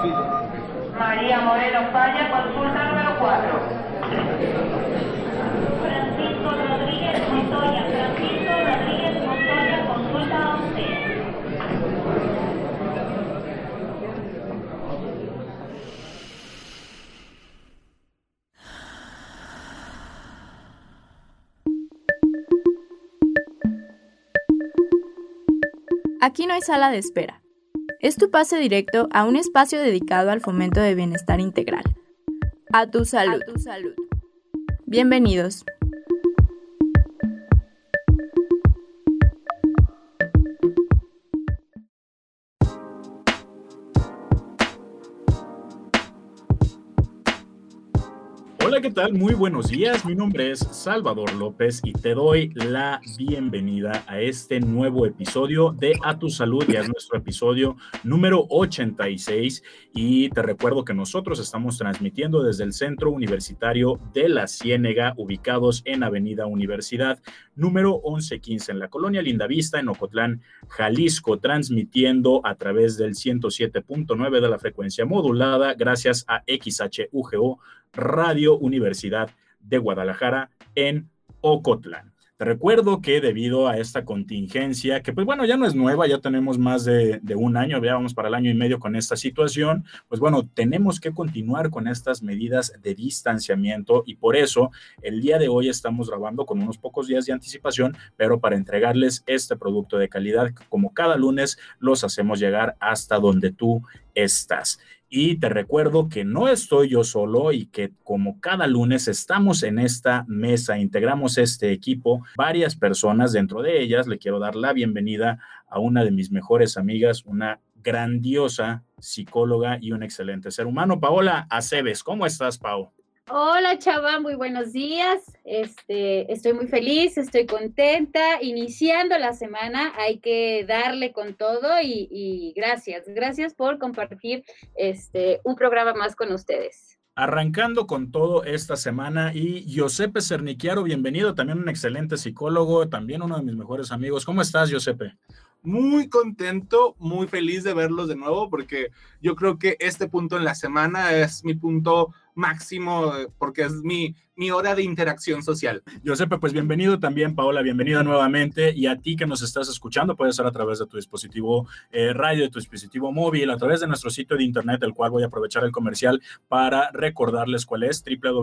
María Moreno Falla, consulta número 4. Francisco Rodríguez Montoya, consulta 11. Aquí no hay sala de espera. Es tu pase directo a un espacio dedicado al fomento de bienestar integral. A tu salud. Bienvenidos. Hola, ¿qué tal? Muy buenos días. Mi nombre es Salvador López y te doy la bienvenida a este nuevo episodio de A Tu Salud. Ya es nuestro episodio número 86 y te recuerdo que nosotros estamos transmitiendo desde el Centro Universitario de La Ciénega, ubicados en Avenida Universidad, número 1115, en la colonia Lindavista, en Ocotlán, Jalisco, transmitiendo a través del 107.9 de la frecuencia modulada, gracias a XHUGO, Radio Universidad de Guadalajara en Ocotlán. Te recuerdo que debido a esta contingencia, que pues bueno, ya no es nueva, ya tenemos más de un año, ya vamos para el año y medio con esta situación, pues bueno, tenemos que continuar con estas medidas de distanciamiento y por eso el día de hoy estamos grabando con unos pocos días de anticipación, pero para entregarles este producto de calidad, como cada lunes los hacemos llegar hasta donde tú estás. Y te recuerdo que no estoy yo solo y que como cada lunes estamos en esta mesa, integramos este equipo, varias personas, dentro de ellas le quiero dar la bienvenida a una de mis mejores amigas, una grandiosa psicóloga y un excelente ser humano, Paola Aceves. ¿Cómo estás, Pau? Hola, Chava, muy buenos días. Estoy muy feliz, estoy contenta. Iniciando la semana, hay que darle con todo y gracias por compartir un programa más con ustedes. Arrancando con todo esta semana y Giuseppe Cernichiaro, bienvenido, también un excelente psicólogo, también uno de mis mejores amigos. ¿Cómo estás, Giuseppe? Muy contento, muy feliz de verlos de nuevo porque yo creo que este punto en la semana es mi punto máximo porque es mi hora de interacción social. Giuseppe, pues bienvenido también, Paola, bienvenida nuevamente, y a ti que nos estás escuchando, puede ser a través de tu dispositivo radio, de tu dispositivo móvil, a través de nuestro sitio de internet, el cual voy a aprovechar el comercial para recordarles cuál es: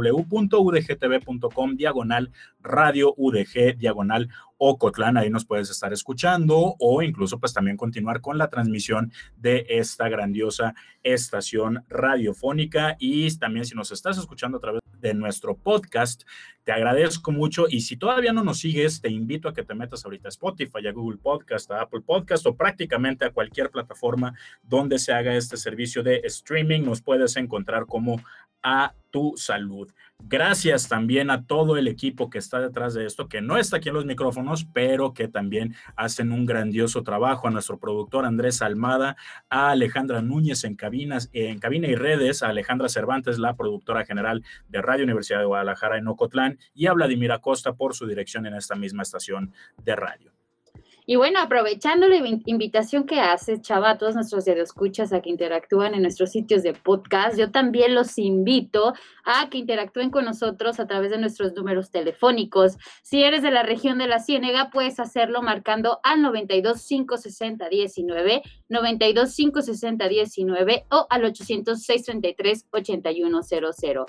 www.udgtv.com/radio UDG Ocotlán. Ahí nos puedes estar escuchando o incluso pues también continuar con la transmisión de esta grandiosa estación radiofónica. Y también si nos estás escuchando a través de nuestro podcast, te agradezco mucho, y si todavía no nos sigues, te invito a que te metas ahorita a Spotify, a Google Podcast, a Apple Podcast o prácticamente a cualquier plataforma donde se haga este servicio de streaming. Nos puedes encontrar como A Tu Salud. Gracias también a todo el equipo que está detrás de esto, que no está aquí en los micrófonos, pero que también hacen un grandioso trabajo. A nuestro productor Andrés Almada, a Alejandra Núñez en cabina y redes, a Alejandra Cervantes, la productora general de Radio Universidad de Guadalajara en Ocotlán, y a Vladimir Acosta por su dirección en esta misma estación de radio. Y bueno, aprovechando la invitación que hace, Chava, a todos nuestros radioescuchas a que interactúen en nuestros sitios de podcast, yo también los invito a que interactúen con nosotros a través de nuestros números telefónicos. Si eres de la región de La Ciénega, puedes hacerlo marcando al 92-560-19, 92-560-19 o al 800-633-8100,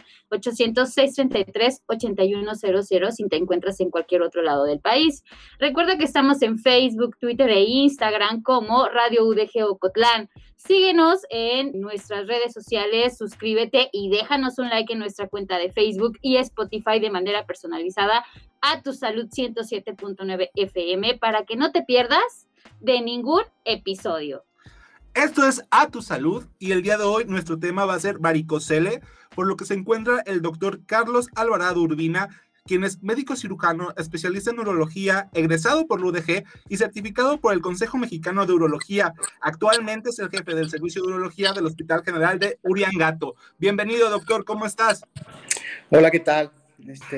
800-633-8100 si te encuentras en cualquier otro lado del país. Recuerda que estamos en Facebook, Twitter e Instagram como Radio UDG Ocotlán. Síguenos en nuestras redes sociales, suscríbete y déjanos un like en nuestra cuenta de Facebook y Spotify de manera personalizada a Tu Salud 107.9 FM para que no te pierdas de ningún episodio. Esto es A Tu Salud y el día de hoy nuestro tema va a ser varicocele, por lo que se encuentra el doctor Carlos Alvarado Urbina, quien es médico cirujano, especialista en urología, egresado por la UDG y certificado por el Consejo Mexicano de Urología. Actualmente es el jefe del servicio de urología del Hospital General de Uriangato. Bienvenido, doctor, ¿cómo estás? Hola, ¿qué tal?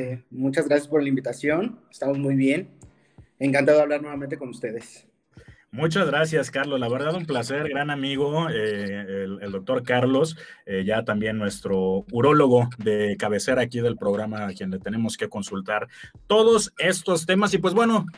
Muchas gracias por la invitación, estamos muy bien. Encantado de hablar nuevamente con ustedes. Muchas gracias, Carlos. La verdad, un placer, gran amigo, el doctor Carlos, ya también nuestro urólogo de cabecera aquí del programa, a quien le tenemos que consultar todos estos temas. Y pues bueno,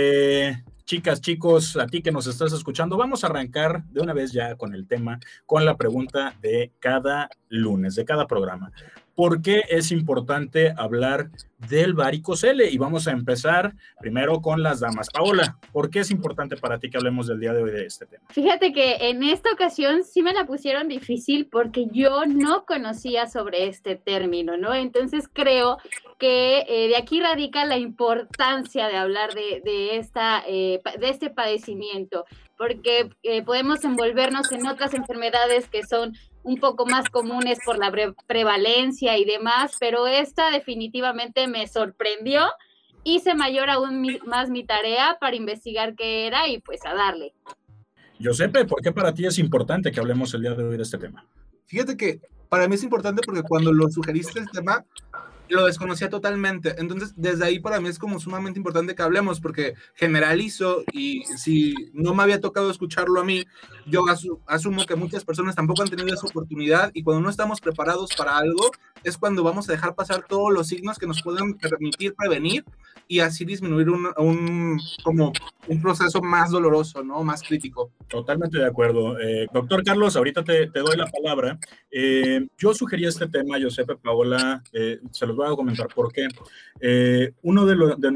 chicas, chicos, a ti que nos estás escuchando, vamos a arrancar de una vez ya con el tema, con la pregunta de cada lunes, de cada programa. ¿Por qué es importante hablar del varicocele? Y vamos a empezar primero con las damas. Paola, ¿por qué es importante para ti que hablemos del día de hoy de este tema? Fíjate que en esta ocasión sí me la pusieron difícil porque yo no conocía sobre este término, ¿no? Entonces creo que de aquí radica la importancia de hablar de este padecimiento, porque podemos envolvernos en otras enfermedades que son un poco más comunes por la prevalencia y demás, pero esta definitivamente me sorprendió. Hice mayor aún más mi tarea para investigar qué era y pues a darle. Giuseppe, ¿por qué para ti es importante que hablemos el día de hoy de este tema? Fíjate que para mí es importante porque cuando lo sugeriste el tema, lo desconocía totalmente. Entonces, desde ahí para mí es como sumamente importante que hablemos porque generalizo y si no me había tocado escucharlo a mí, yo asumo que muchas personas tampoco han tenido esa oportunidad y cuando no estamos preparados para algo es cuando vamos a dejar pasar todos los signos que nos pueden permitir prevenir y así disminuir como un proceso más doloroso, ¿no? Más crítico. Totalmente de acuerdo. Doctor Carlos, ahorita te doy la palabra. Yo sugerí este tema, Giuseppe, Paola, se los voy a comentar por qué. Uno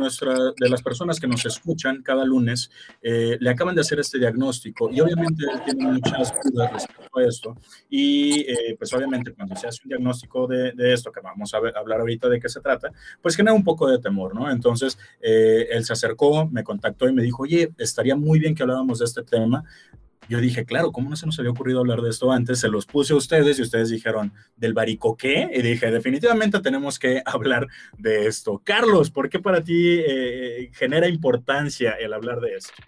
de las personas que nos escuchan cada lunes le acaban de hacer este diagnóstico y obviamente él tiene muchas dudas respecto a esto y pues obviamente cuando se hace un diagnóstico de esto, que vamos a hablar ahorita de qué se trata, pues genera un poco de temor, ¿no? Entonces él se acercó, me contactó y me dijo, oye, estaría muy bien que habláramos de este tema. Yo dije, claro, ¿cómo no se nos había ocurrido hablar de esto antes? Se los puse a ustedes y ustedes dijeron, ¿del varico qué? Y dije, definitivamente tenemos que hablar de esto. Carlos, ¿por qué para ti genera importancia el hablar de esto?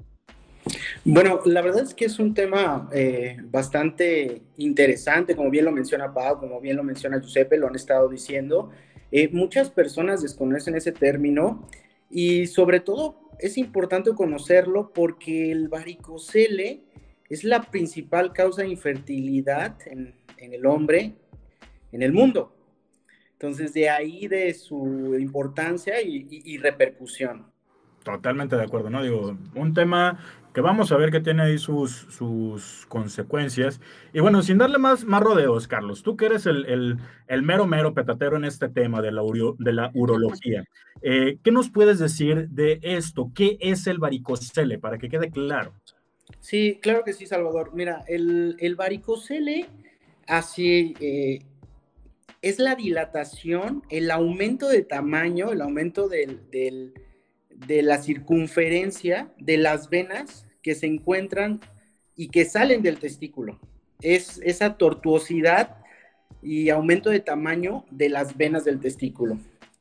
Bueno, la verdad es que es un tema bastante interesante, como bien lo menciona Pau, como bien lo menciona Giuseppe, lo han estado diciendo. Muchas personas desconocen ese término y sobre todo es importante conocerlo porque el varicocele es la principal causa de infertilidad en el hombre en el mundo. Entonces, de ahí de su importancia y repercusión. Totalmente de acuerdo, ¿no? Digo, un tema que vamos a ver que tiene ahí sus consecuencias. Y bueno, sin darle más rodeos, Carlos, tú que eres el mero petatero en este tema de la urología, ¿qué nos puedes decir de esto? ¿Qué es el varicocele? Para que quede claro. Sí, claro que sí, Salvador. Mira, el varicocele así es la dilatación, el aumento de tamaño, el aumento de la circunferencia de las venas que se encuentran y que salen del testículo. Es esa tortuosidad y aumento de tamaño de las venas del testículo.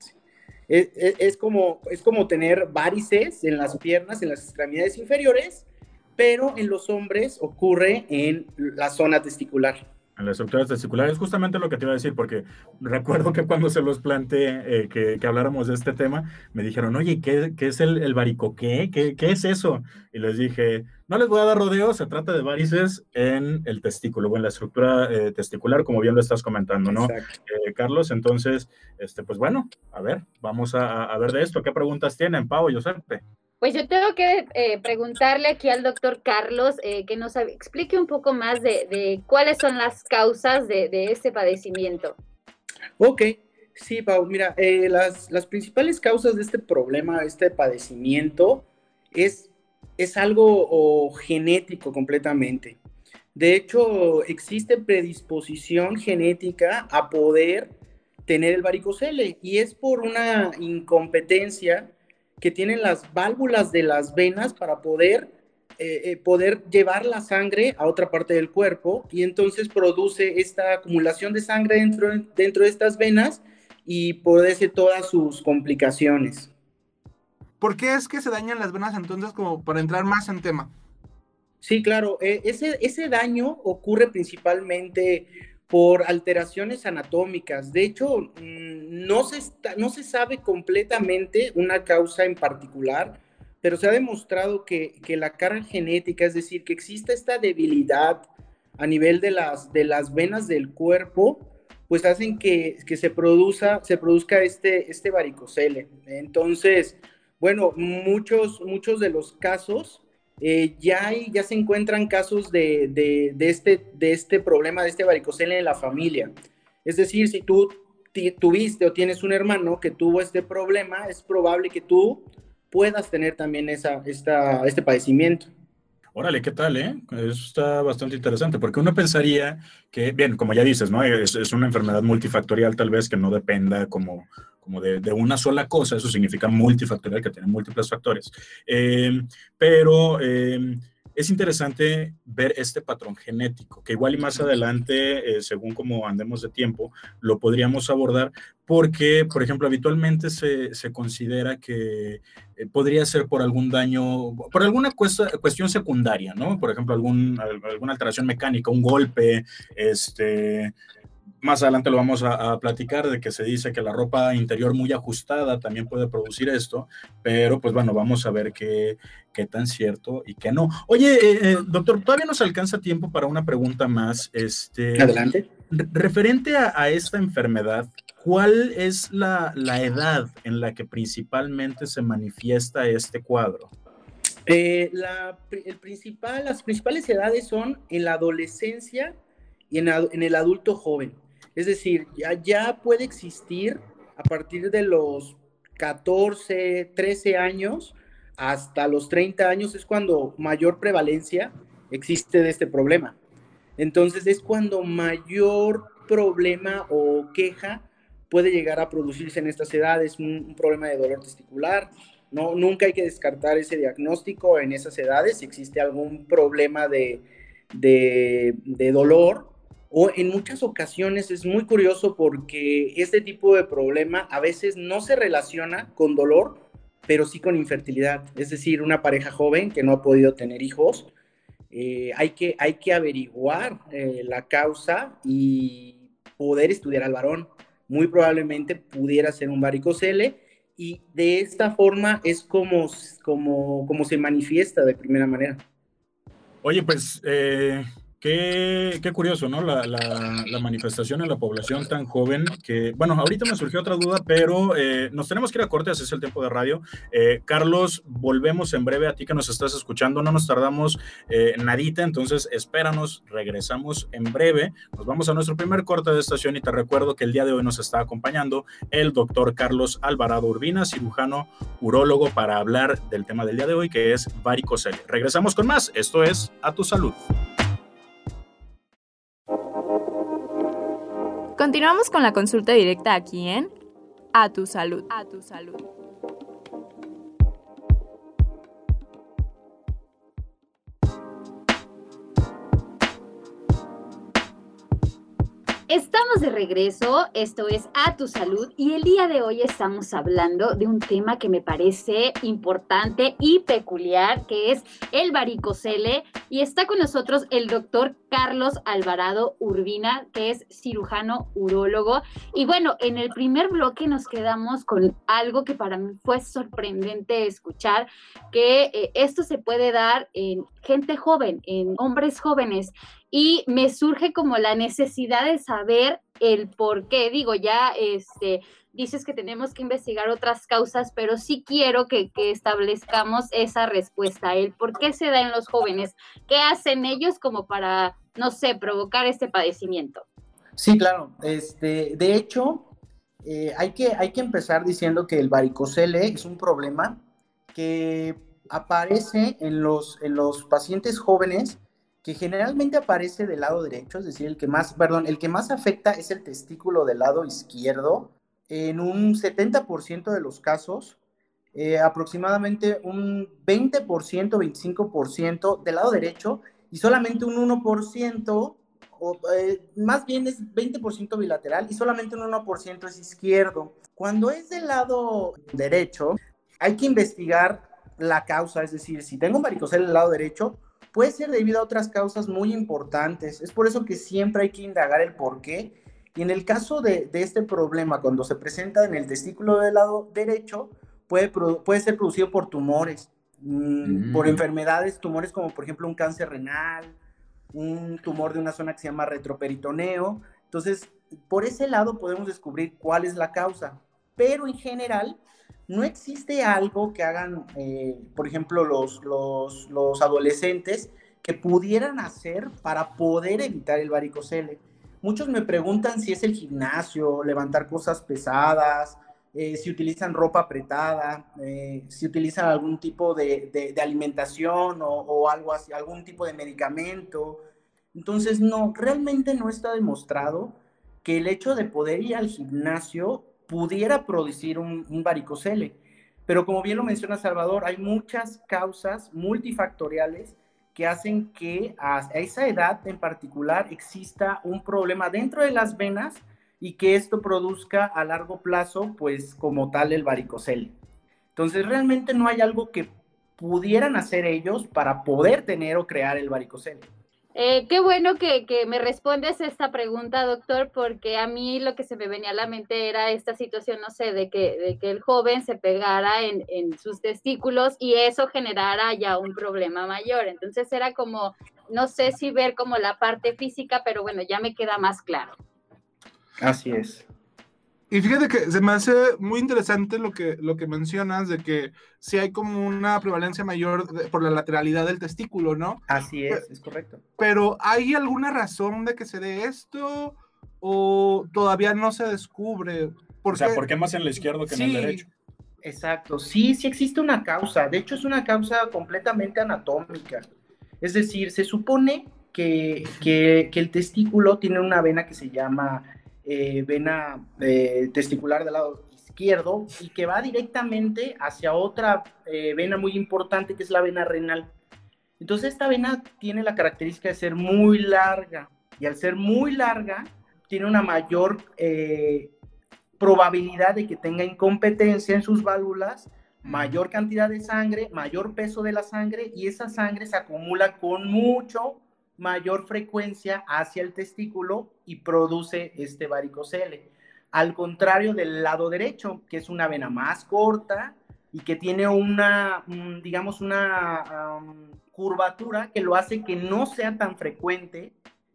Es como tener varices en las piernas, en las extremidades inferiores, pero en los hombres ocurre en la zona testicular. En las estructuras testiculares, justamente lo que te iba a decir, porque recuerdo que cuando se los planteé que habláramos de este tema, me dijeron, oye, ¿qué es el varicoqué? ¿Qué es eso? Y les dije, no les voy a dar rodeos, se trata de varices en el testículo, o en la estructura testicular, como bien lo estás comentando, ¿no? Carlos, entonces, pues bueno, a ver, vamos a ver de esto. ¿Qué preguntas tienen, Pau y Giuseppe? Pues yo tengo que preguntarle aquí al doctor Carlos que nos explique un poco más de cuáles son las causas de este padecimiento. Ok, sí, Pau, mira, las principales causas de este problema, este padecimiento, es algo genético completamente. De hecho, existe predisposición genética a poder tener el varicocele y es por una incompetencia que tienen las válvulas de las venas para poder llevar la sangre a otra parte del cuerpo y entonces produce esta acumulación de sangre dentro de estas venas y produce todas sus complicaciones. ¿Por qué es que se dañan las venas entonces, como para entrar más en tema? Sí, claro, ese daño ocurre principalmente por alteraciones anatómicas. De hecho, no se sabe completamente una causa en particular, pero se ha demostrado que la carga genética, es decir, que existe esta debilidad a nivel de las venas del cuerpo, pues hacen que se produzca este varicocele. Entonces, bueno, muchos de los casos, ya se encuentran casos de este problema, de este varicocele en la familia. Es decir, si tú tuviste o tienes un hermano que tuvo este problema, es probable que tú puedas tener también este padecimiento. Órale, ¿qué tal, eh? Eso está bastante interesante, porque uno pensaría que, bien, como ya dices, ¿no? Es una enfermedad multifactorial, tal vez, que no dependa como de una sola cosa. Eso significa multifactorial, que tiene múltiples factores. Pero es interesante ver este patrón genético, que igual y más adelante, según como andemos de tiempo, lo podríamos abordar, porque, por ejemplo, habitualmente se considera que podría ser por algún daño, por alguna cuestión secundaria, ¿no? Por ejemplo, alguna alteración mecánica, un golpe, más adelante lo vamos a platicar, de que se dice que la ropa interior muy ajustada también puede producir esto, pero pues bueno, vamos a ver qué tan cierto y qué no. Oye, doctor, todavía nos alcanza tiempo para una pregunta más. Adelante. Referente a esta enfermedad, ¿cuál es la edad en la que principalmente se manifiesta este cuadro? Las principales edades son en la adolescencia y en el adulto joven. Es decir, ya puede existir a partir de los 14, 13 años hasta los 30 años, es cuando mayor prevalencia existe de este problema. Entonces es cuando mayor problema o queja puede llegar a producirse en estas edades, un problema de dolor testicular. No, nunca hay que descartar ese diagnóstico en esas edades si existe algún problema de dolor, o en muchas ocasiones es muy curioso porque este tipo de problema a veces no se relaciona con dolor, pero sí con infertilidad. Es decir, una pareja joven que no ha podido tener hijos, hay que averiguar la causa y poder estudiar al varón. Muy probablemente pudiera ser un varicocele, y de esta forma es como se manifiesta de primera manera. Oye, pues qué curioso, ¿no? La manifestación en la población tan joven que, bueno, ahorita me surgió otra duda, pero nos tenemos que ir a corte, así es el tiempo de radio. Carlos, volvemos en breve a ti que nos estás escuchando, no nos tardamos nadita, entonces espéranos, regresamos en breve, nos vamos a nuestro primer corte de estación y te recuerdo que el día de hoy nos está acompañando el doctor Carlos Alvarado Urbina, cirujano urólogo, para hablar del tema del día de hoy, que es varicocele. Regresamos con más, esto es A Tu Salud. Continuamos con la consulta directa aquí en A Tu Salud. A Tu Salud. Estamos de regreso, esto es A Tu Salud, y el día de hoy estamos hablando de un tema que me parece importante y peculiar, que es el varicocele, y está con nosotros el doctor Carlos Alvarado Urbina, que es cirujano urólogo. Y bueno, en el primer bloque nos quedamos con algo que para mí fue sorprendente escuchar, que esto se puede dar en gente joven, en hombres jóvenes, y me surge como la necesidad de saber el por qué. Digo, ya dices que tenemos que investigar otras causas, pero sí quiero que establezcamos esa respuesta, el por qué se da en los jóvenes, qué hacen ellos como para, no sé, provocar este padecimiento. Sí, claro. De hecho, hay que empezar diciendo que el varicocele es un problema que aparece en los pacientes jóvenes, que generalmente aparece del lado derecho, es decir, el que más afecta es el testículo del lado izquierdo. En un 70% de los casos, aproximadamente un 20%, 25% del lado derecho, y solamente un 1%, más bien es 20% bilateral, y solamente un 1% es izquierdo. Cuando es del lado derecho, hay que investigar la causa, es decir, si tengo un varicocele del lado derecho, puede ser debido a otras causas muy importantes. Es por eso que siempre hay que indagar el por qué. Y en el caso de este problema, cuando se presenta en el testículo del lado derecho, puede ser producido por tumores. por enfermedades, tumores como por ejemplo un cáncer renal, un tumor de una zona que se llama retroperitoneo. Entonces, por ese lado podemos descubrir cuál es la causa, pero en general no existe algo que hagan, por ejemplo, los adolescentes que pudieran hacer para poder evitar el varicocele. Muchos me preguntan si es el gimnasio, levantar cosas pesadas, si utilizan ropa apretada, si utilizan algún tipo de alimentación o algo así, algún tipo de medicamento. Entonces, no, realmente no está demostrado que el hecho de poder ir al gimnasio pudiera producir un varicocele. Pero como bien lo menciona Salvador, hay muchas causas multifactoriales que hacen que a esa edad en particular exista un problema dentro de las venas y que esto produzca a largo plazo, pues como tal, el varicocele. Entonces, realmente no hay algo que pudieran hacer ellos para poder tener o crear el varicocele. Qué bueno que me respondes esta pregunta, doctor, porque a mí lo que se me venía a la mente era esta situación, no sé, de que el joven se pegara en sus testículos y eso generara ya un problema mayor. Entonces era como, no sé si ver como la parte física, pero bueno, ya me queda más claro. Así es. Y fíjate que se me hace muy interesante lo que mencionas, de que sí hay como una prevalencia mayor por la lateralidad del testículo, ¿no? Así es correcto. Pero ¿hay alguna razón de que se dé esto o todavía no se descubre? O sea, ¿por qué más en el izquierdo que en el derecho? Exacto, sí existe una causa. De hecho, es una causa completamente anatómica. Es decir, se supone que el testículo tiene una vena que se llama vena testicular del lado izquierdo y que va directamente hacia otra vena muy importante que es la vena renal. Entonces esta vena tiene la característica de ser muy larga y al ser muy larga tiene una mayor probabilidad de que tenga incompetencia en sus válvulas, mayor cantidad de sangre, mayor peso de la sangre y esa sangre se acumula con mucho mayor frecuencia hacia el testículo y produce este varicocele. Al contrario del lado derecho, que es una vena más corta y que tiene una, digamos, una curvatura que lo hace que no sea tan frecuente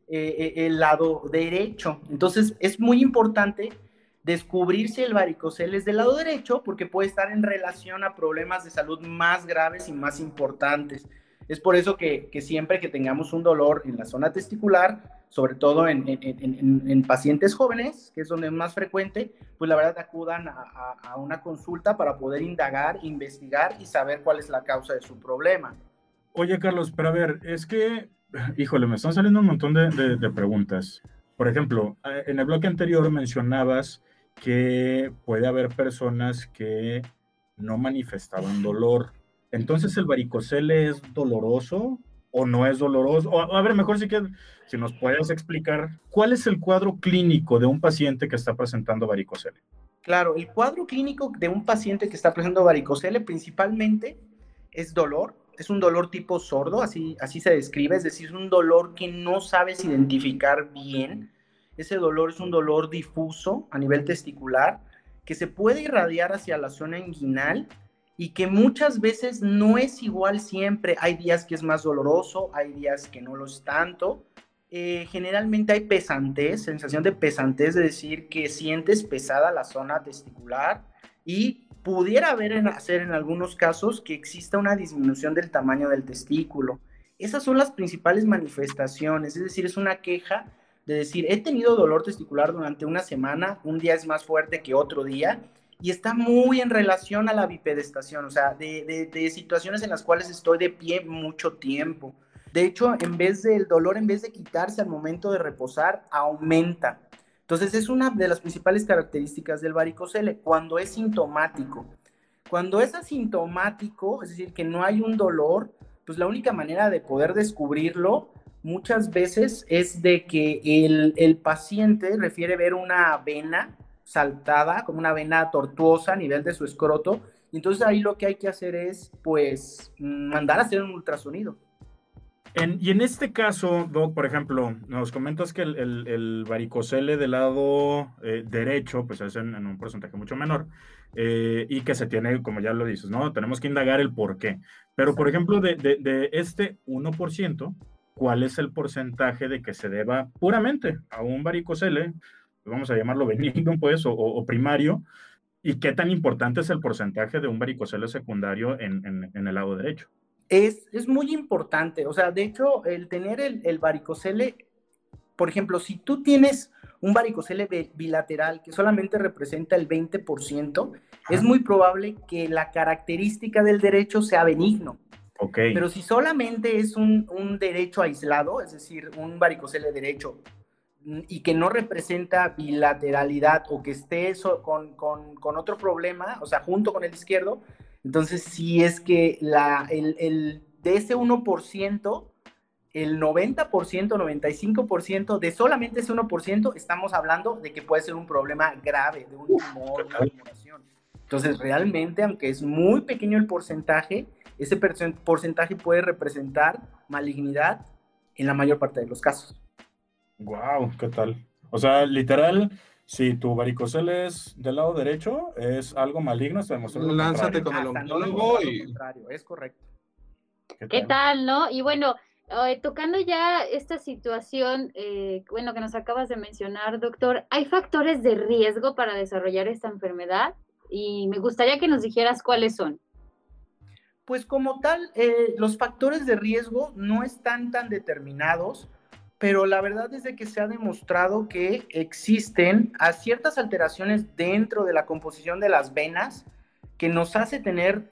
el lado derecho. Entonces, es muy importante descubrir si el varicocele es del lado derecho porque puede estar en relación a problemas de salud más graves y más importantes. Es por eso que siempre que tengamos un dolor en la zona testicular, sobre todo en pacientes jóvenes, que es donde es más frecuente, pues la verdad acudan a una consulta para poder indagar, investigar y saber cuál es la causa de su problema. Oye, Carlos, pero a ver, es que, híjole, me están saliendo un montón de preguntas. Por ejemplo, en el bloque anterior mencionabas que puede haber personas que no manifestaban dolor. Entonces, ¿el varicocele es doloroso o no es doloroso? O, a ver, mejor si nos puedes explicar cuál es el cuadro clínico de un paciente que está presentando varicocele. Claro, el cuadro clínico de un paciente que está presentando varicocele principalmente es dolor. Es un dolor tipo sordo, así se describe, es decir, es un dolor que no sabes identificar bien. Ese dolor es un dolor difuso a nivel testicular que se puede irradiar hacia la zona inguinal y que muchas veces no es igual siempre. Hay días que es más doloroso, hay días que no lo es tanto. Generalmente hay pesantez, sensación de pesantez, es decir, que sientes pesada la zona testicular y pudiera hacer en algunos casos que exista una disminución del tamaño del testículo. Esas son las principales manifestaciones, es decir, es una queja de decir, he tenido dolor testicular durante una semana, un día es más fuerte que otro día, y está muy en relación a la bipedestación, o sea, de situaciones en las cuales estoy de pie mucho tiempo. De hecho, el dolor, en vez de quitarse al momento de reposar, aumenta. Entonces, es una de las principales características del varicocele, cuando es sintomático. Cuando es asintomático, es decir, que no hay un dolor, pues la única manera de poder descubrirlo muchas veces es de que el paciente refiere ver una vena saltada, como una vena tortuosa a nivel de su escroto, y entonces ahí lo que hay que hacer es, pues, mandar a hacer un ultrasonido. Y en este caso, Doc, por ejemplo, nos comentas que el varicocele del lado derecho, pues es en un porcentaje mucho menor, y que se tiene, como ya lo dices, ¿no? Tenemos que indagar el por qué. Pero, por ejemplo, de este 1%, ¿cuál es el porcentaje de que se deba puramente a un varicocele, vamos a llamarlo benigno, pues, o primario? ¿Y qué tan importante es el porcentaje de un varicocele secundario en el lado derecho? Es muy importante, o sea, de hecho, el tener el varicocele, por ejemplo, si tú tienes un varicocele bilateral que solamente representa el 20%, es muy probable que la característica del derecho sea benigno. Ok. Pero si solamente es un derecho aislado, es decir, un varicocele derecho, y que no representa bilateralidad o que esté con otro problema, o sea, junto con el izquierdo, entonces sí es que de ese 1%, el 90%, 95% de solamente ese 1%, estamos hablando de que puede ser un problema grave, de un tumor, una tumoración. Entonces, realmente, aunque es muy pequeño el porcentaje, ese porcentaje puede representar malignidad en la mayor parte de los casos. Wow, ¿qué tal? O sea, literal, si tu varicocele es del lado derecho, es algo maligno, hasta demostrar lo Lánzate contrario. con el Hasta no oncólogo demostrar y... lo contrario, es correcto. ¿Qué tal, no? Y bueno, tocando ya esta situación, bueno, que nos acabas de mencionar, doctor, ¿hay factores de riesgo para desarrollar esta enfermedad? Y me gustaría que nos dijeras cuáles son. Pues como tal, los factores de riesgo no están tan determinados, pero la verdad es de que se ha demostrado que existen ciertas alteraciones dentro de la composición de las venas que nos hace tener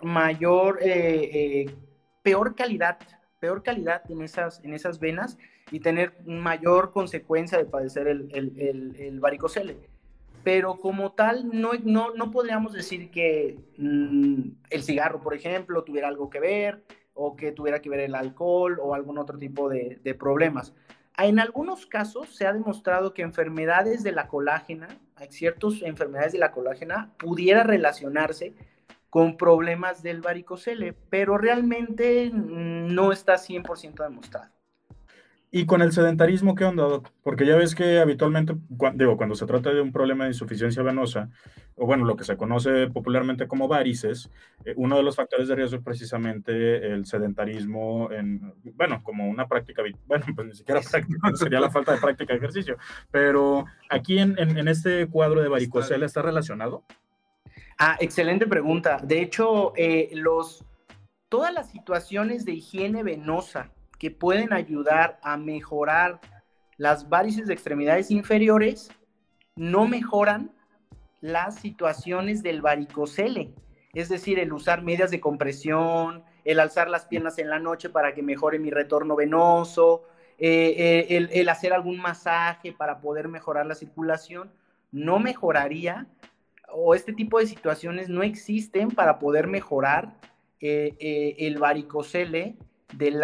peor calidad en esas venas y tener mayor consecuencia de padecer el varicocele. Pero como tal, no podríamos decir que el cigarro, por ejemplo, tuviera algo que ver, o que tuviera que ver el alcohol o algún otro tipo de problemas. En algunos casos se ha demostrado que enfermedades de la colágena, ciertas enfermedades de la colágena, pudiera relacionarse con problemas del varicocele, pero realmente no está 100% demostrado. ¿Y con el sedentarismo qué onda, Doc? Porque ya ves que habitualmente, cuando se trata de un problema de insuficiencia venosa, o bueno, lo que se conoce popularmente como varices, uno de los factores de riesgo es precisamente el sedentarismo, bueno, como una práctica, bueno, pues ni siquiera práctica, sería la falta de práctica de ejercicio, pero aquí en este cuadro de varicocele, ¿está relacionado? Excelente pregunta. De hecho, todas las situaciones de higiene venosa que pueden ayudar a mejorar las varices de extremidades inferiores no mejoran las situaciones del varicocele. Es decir, el usar medias de compresión, el alzar las piernas en la noche para que mejore mi retorno venoso, el hacer algún masaje para poder mejorar la circulación, no mejoraría, o este tipo de situaciones no existen para poder mejorar el varicocele, el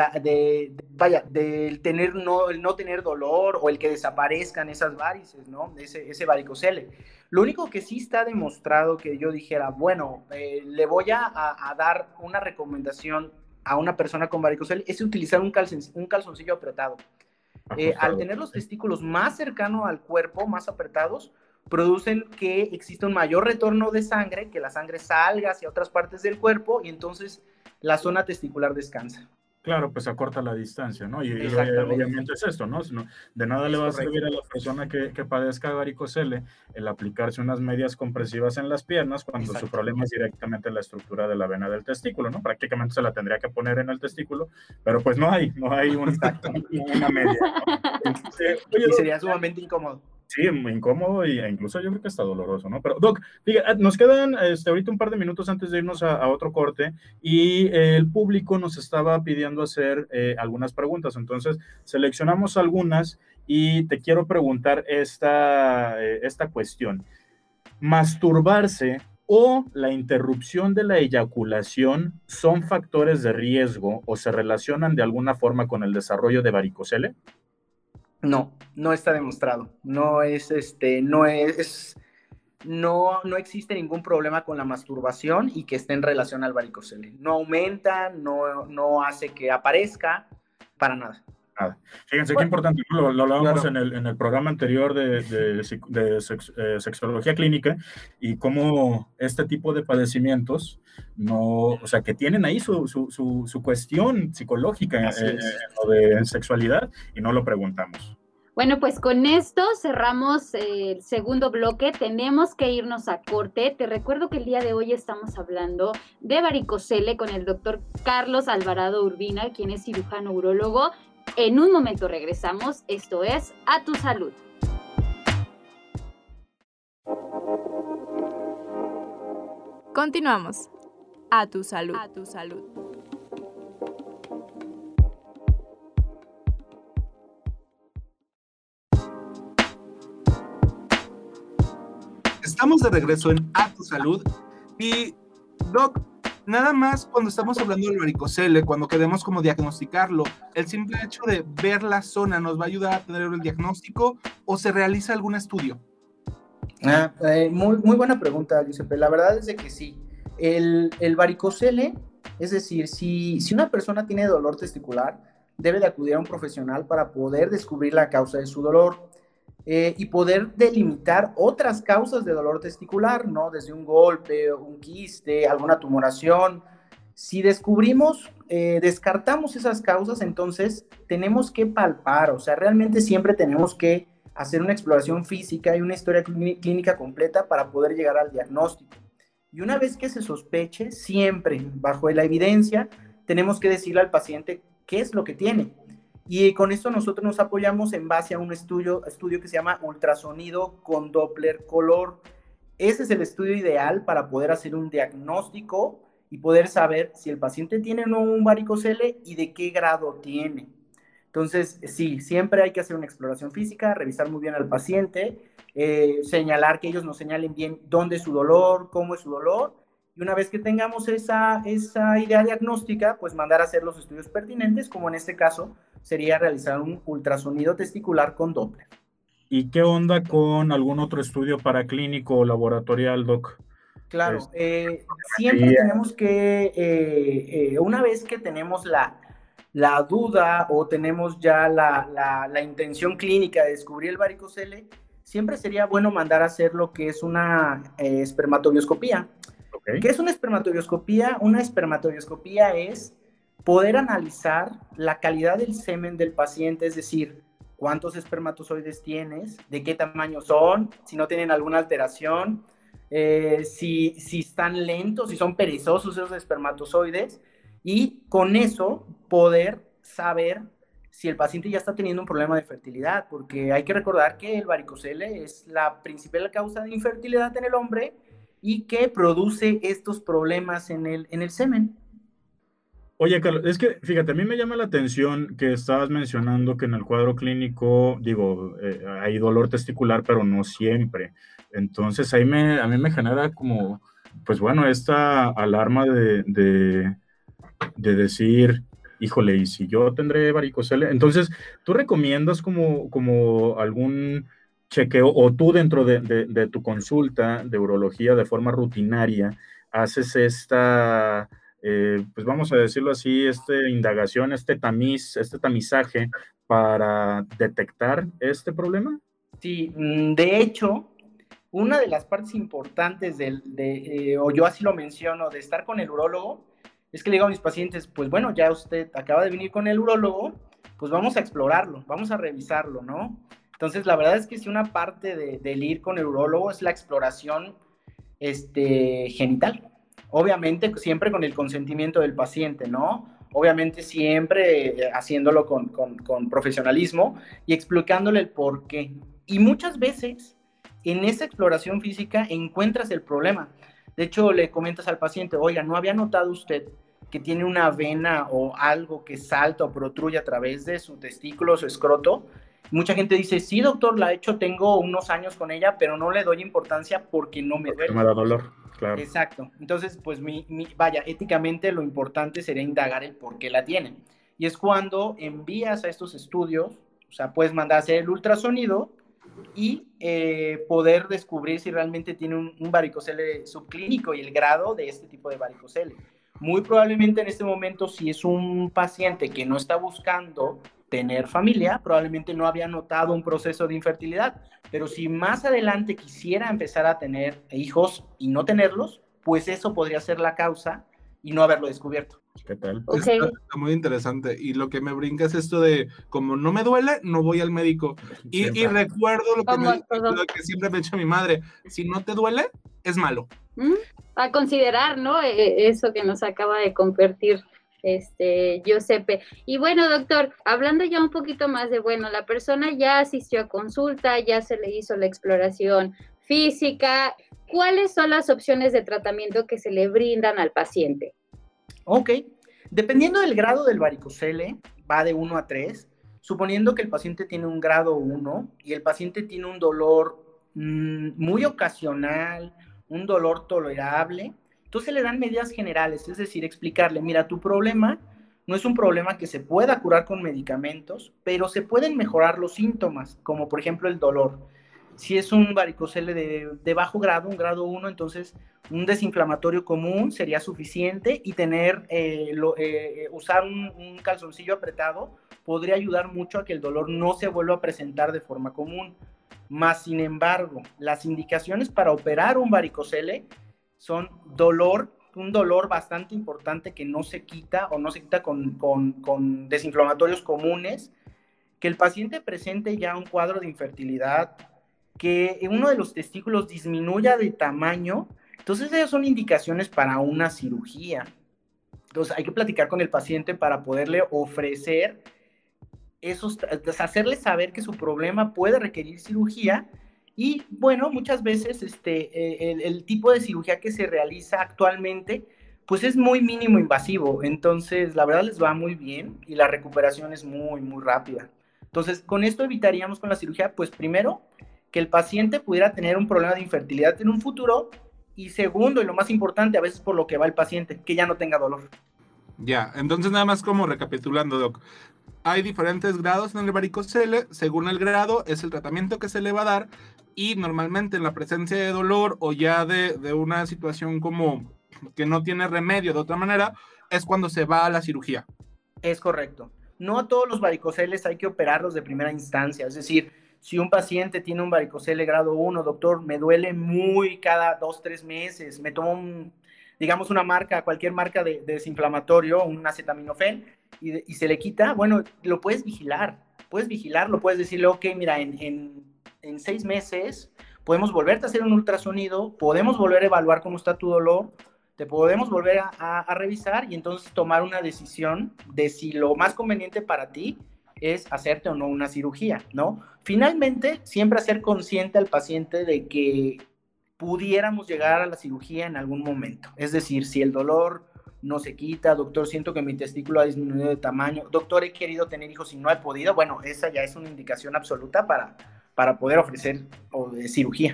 no tener dolor o el que desaparezcan esas varices, ¿no? Ese varicocele. Lo único que sí está demostrado que yo dijera, bueno, le voy a dar una recomendación a una persona con varicocele es utilizar un calzoncillo apretado. Al tener los testículos más cercanos al cuerpo, más apretados, producen que exista un mayor retorno de sangre, que la sangre salga hacia otras partes del cuerpo y entonces la zona testicular descansa. Claro, pues acorta la distancia, ¿no? Y obviamente es esto, ¿no? De nada le va a servir a la persona que padezca varicocele el aplicarse unas medias compresivas en las piernas cuando su problema es directamente la estructura de la vena del testículo, ¿no? Prácticamente se la tendría que poner en el testículo, pero pues no hay una media, ¿no? Y sería sumamente incómodo. Sí, muy incómodo e incluso yo creo que está doloroso, ¿no? Pero, Doc, fíjate, nos quedan ahorita un par de minutos antes de irnos a otro corte y el público nos estaba pidiendo hacer algunas preguntas, entonces seleccionamos algunas y te quiero preguntar esta cuestión. ¿Masturbarse o la interrupción de la eyaculación son factores de riesgo o se relacionan de alguna forma con el desarrollo de varicocele? No está demostrado. No existe ningún problema con la masturbación y que esté en relación al varicocele. No aumenta, no hace que aparezca, para nada. Nada. Fíjense qué importante, ¿no? Lo hablábamos Claro. en el programa anterior de sexología clínica y cómo este tipo de padecimientos no, o sea, que tienen ahí su cuestión psicológica Así es. en lo de sexualidad y no lo preguntamos. Bueno, pues con esto cerramos el segundo bloque. Tenemos que irnos a corte. Te recuerdo que el día de hoy estamos hablando de varicocele con el doctor Carlos Alvarado Urbina, quien es cirujano urólogo. En un momento regresamos. Esto es A Tu Salud. Continuamos. A tu salud. A tu salud. Estamos de regreso en A Tu Salud y, Doc, nada más cuando estamos hablando del varicocele, cuando queremos como diagnosticarlo, el simple hecho de ver la zona nos va a ayudar a tener el diagnóstico o se realiza algún estudio. Muy buena pregunta, Giuseppe. La verdad es de que sí. El varicocele, es decir, si una persona tiene dolor testicular, debe de acudir a un profesional para poder descubrir la causa de su dolor y poder delimitar otras causas de dolor testicular, ¿no? Desde un golpe, un quiste, alguna tumoración. Si descubrimos, descartamos esas causas, entonces tenemos que palpar, o sea, realmente siempre tenemos que hacer una exploración física y una historia clínica completa para poder llegar al diagnóstico. Y una vez que se sospeche, siempre bajo la evidencia, tenemos que decirle al paciente qué es lo que tiene. Y con esto nosotros nos apoyamos en base a un estudio que se llama ultrasonido con Doppler color. Ese es el estudio ideal para poder hacer un diagnóstico y poder saber si el paciente tiene o no un varicocele y de qué grado tiene. Entonces, sí, siempre hay que hacer una exploración física, revisar muy bien al paciente, señalar que ellos nos señalen bien dónde es su dolor, cómo es su dolor, y una vez que tengamos esa idea diagnóstica, pues mandar a hacer los estudios pertinentes, como en este caso sería realizar un ultrasonido testicular con Doppler. ¿Y qué onda con algún otro estudio paraclínico o laboratorial, Doc? Claro, siempre tenemos que, una vez que tenemos la duda o tenemos ya la intención clínica de descubrir el varicocele, siempre sería bueno mandar a hacer lo que es una espermatobioscopía. Okay. ¿Qué es una espermatobioscopía? Una espermatobioscopía es poder analizar la calidad del semen del paciente, es decir, cuántos espermatozoides tienes, de qué tamaño son, si no tienen alguna alteración, si están lentos, si son perezosos esos espermatozoides, y con eso poder saber si el paciente ya está teniendo un problema de fertilidad, porque hay que recordar que el varicocele es la principal causa de infertilidad en el hombre y que produce estos problemas en el semen. Oye, Carlos, es que, fíjate, a mí me llama la atención que estabas mencionando que en el cuadro clínico, digo, hay dolor testicular, pero no siempre. Entonces, a mí me genera como, pues bueno, esta alarma de decir, híjole, ¿y si yo tendré varicocele? Entonces, ¿tú recomiendas como algún chequeo, o tú dentro de tu consulta de urología de forma rutinaria, haces esta, pues vamos a decirlo así, indagación, este tamizaje para detectar este problema? Sí, de hecho, una de las partes importantes o yo así lo menciono, de estar con el urólogo, es que le digo a mis pacientes, pues bueno, ya usted acaba de venir con el urólogo, pues vamos a explorarlo, vamos a revisarlo, ¿no? Entonces, la verdad es que si una parte del ir con el urólogo es la exploración genital. Obviamente, siempre con el consentimiento del paciente, ¿no? Obviamente siempre haciéndolo con profesionalismo y explicándole el por qué. Y muchas veces en esa exploración física encuentras el problema. De hecho, le comentas al paciente, oiga, ¿no había notado usted que tiene una vena o algo que salta o protruye a través de su testículo, su escroto? Mucha gente dice, sí, doctor, la he hecho, tengo unos años con ella, pero no le doy importancia porque no me duele. No me da dolor, claro. Exacto. Entonces, pues, vaya, éticamente lo importante sería indagar el por qué la tienen. Y es cuando envías a estos estudios, o sea, puedes mandar a hacer el ultrasonido y poder descubrir si realmente tiene un varicocele subclínico y el grado de este tipo de varicocele. Muy probablemente en este momento, si es un paciente que no está buscando tener familia, probablemente no había notado un proceso de infertilidad, pero si más adelante quisiera empezar a tener hijos y no tenerlos, pues eso podría ser la causa y no haberlo descubierto. ¿Qué tal? Ok. Está muy interesante. Y lo que me brinca es esto de, como no me duele, no voy al médico. Y Siempre. recuerdo lo Como que todo. siempre me ha dicho mi madre, si no te duele, es malo. A considerar, ¿no? Eso que nos acaba de compartir Giuseppe. Y bueno, doctor, hablando ya un poquito más de, bueno, la persona ya asistió a consulta, ya se le hizo la exploración física, ¿cuáles son las opciones de tratamiento que se le brindan al paciente? Ok, dependiendo del grado del varicocele, va de 1 a 3, suponiendo que el paciente tiene un grado 1 y el paciente tiene un dolor muy ocasional, un dolor tolerable, entonces le dan medidas generales, es decir, explicarle, mira, tu problema no es un problema que se pueda curar con medicamentos, pero se pueden mejorar los síntomas, como por ejemplo el dolor. Si es un varicocele de bajo grado, un grado 1, entonces un desinflamatorio común sería suficiente y usar un calzoncillo apretado podría ayudar mucho a que el dolor no se vuelva a presentar de forma común. Más sin embargo, las indicaciones para operar un varicocele son un dolor bastante importante que no se quita o no se quita con desinflamatorios comunes, que el paciente presente ya un cuadro de infertilidad, que uno de los testículos disminuya de tamaño. Entonces esas son indicaciones para una cirugía. Entonces hay que platicar con el paciente para poderle ofrecer hacerle saber que su problema puede requerir cirugía. Y bueno, muchas veces el tipo de cirugía que se realiza actualmente pues es muy mínimo invasivo, entonces la verdad les va muy bien y la recuperación es muy, muy rápida. Entonces, con esto evitaríamos con la cirugía, pues primero, que el paciente pudiera tener un problema de infertilidad en un futuro, y segundo, y lo más importante, a veces por lo que va el paciente, que ya no tenga dolor. Ya, entonces nada más como recapitulando, Doc. Hay diferentes grados en el varicocele, según el grado es el tratamiento que se le va a dar y normalmente en la presencia de dolor o ya de una situación como que no tiene remedio de otra manera, es cuando se va a la cirugía. Es correcto. No a todos los varicoceles hay que operarlos de primera instancia, es decir, si un paciente tiene un varicocele grado 1, doctor, me duele muy cada 2-3 meses, me tomo digamos una marca, cualquier marca de desinflamatorio, un acetaminofén, y se le quita, bueno, lo puedes vigilarlo, puedes decirle, ok, mira, en 6 meses podemos volverte a hacer un ultrasonido, podemos volver a evaluar cómo está tu dolor, te podemos volver a revisar y entonces tomar una decisión de si lo más conveniente para ti es hacerte o no una cirugía, ¿no? Finalmente, siempre hacer consciente al paciente de que pudiéramos llegar a la cirugía en algún momento. Es decir, si el dolor no se quita, doctor, siento que mi testículo ha disminuido de tamaño, doctor, he querido tener hijos y no he podido, bueno, esa ya es una indicación absoluta para poder ofrecer cirugía.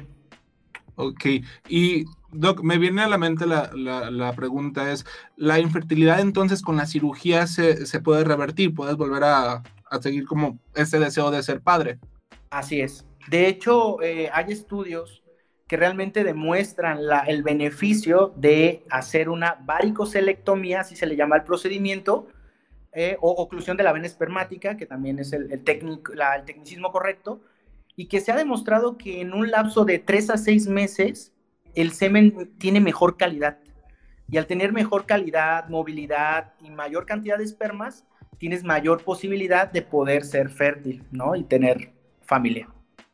Ok, y Doc, me viene a la mente la pregunta es, ¿la infertilidad entonces con la cirugía se puede revertir? ¿Puedes volver a seguir como ese deseo de ser padre? Así es. De hecho, hay estudios que realmente demuestran el beneficio de hacer una varicocelectomía, así se le llama el procedimiento, o oclusión de la vena espermática, que también es el tecnicismo correcto, y que se ha demostrado que en un lapso de 3 a 6 meses el semen tiene mejor calidad. Y al tener mejor calidad, movilidad y mayor cantidad de espermas, tienes mayor posibilidad de poder ser fértil, ¿no? Y tener familia.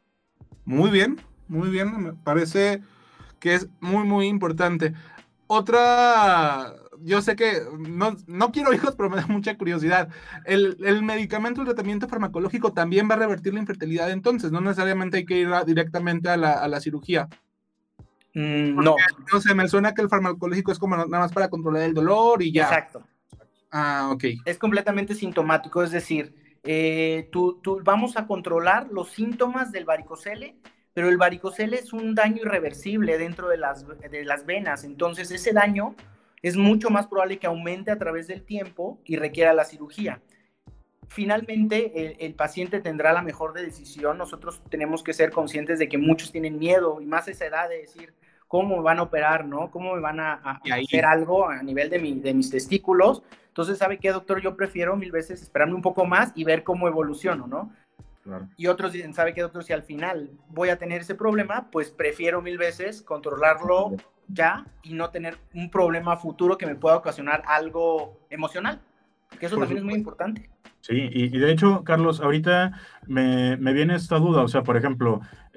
Muy bien, me parece que es muy, muy importante. Otra, yo sé que no quiero hijos, pero me da mucha curiosidad. ¿El medicamento, el tratamiento farmacológico también va a revertir la infertilidad entonces? No necesariamente hay que ir directamente a la cirugía. No. No sé, me suena que el farmacológico es como nada más para controlar el dolor y ya. Exacto. Ah, ok. Es completamente sintomático, es decir, vamos a controlar los síntomas del varicocele, pero el varicocele es un daño irreversible dentro de las venas, entonces ese daño es mucho más probable que aumente a través del tiempo y requiera la cirugía. Finalmente, el paciente tendrá la mejor decisión. Nosotros tenemos que ser conscientes de que muchos tienen miedo, y más a esa edad, de decir, cómo me van a operar, ¿no? ¿Cómo me van a Y ahí- hacer algo a nivel de mis testículos? Entonces, ¿sabe qué, doctor? Yo prefiero 1000 veces esperarme un poco más y ver cómo evoluciono, ¿no? Claro. Y otros dicen, ¿sabe qué, doctor? Si al final voy a tener ese problema, pues prefiero 1000 veces controlarlo ya y no tener un problema futuro que me pueda ocasionar algo emocional, que eso Por también es muy importante. Sí, y de hecho, Carlos, ahorita me viene esta duda, o sea, por ejemplo,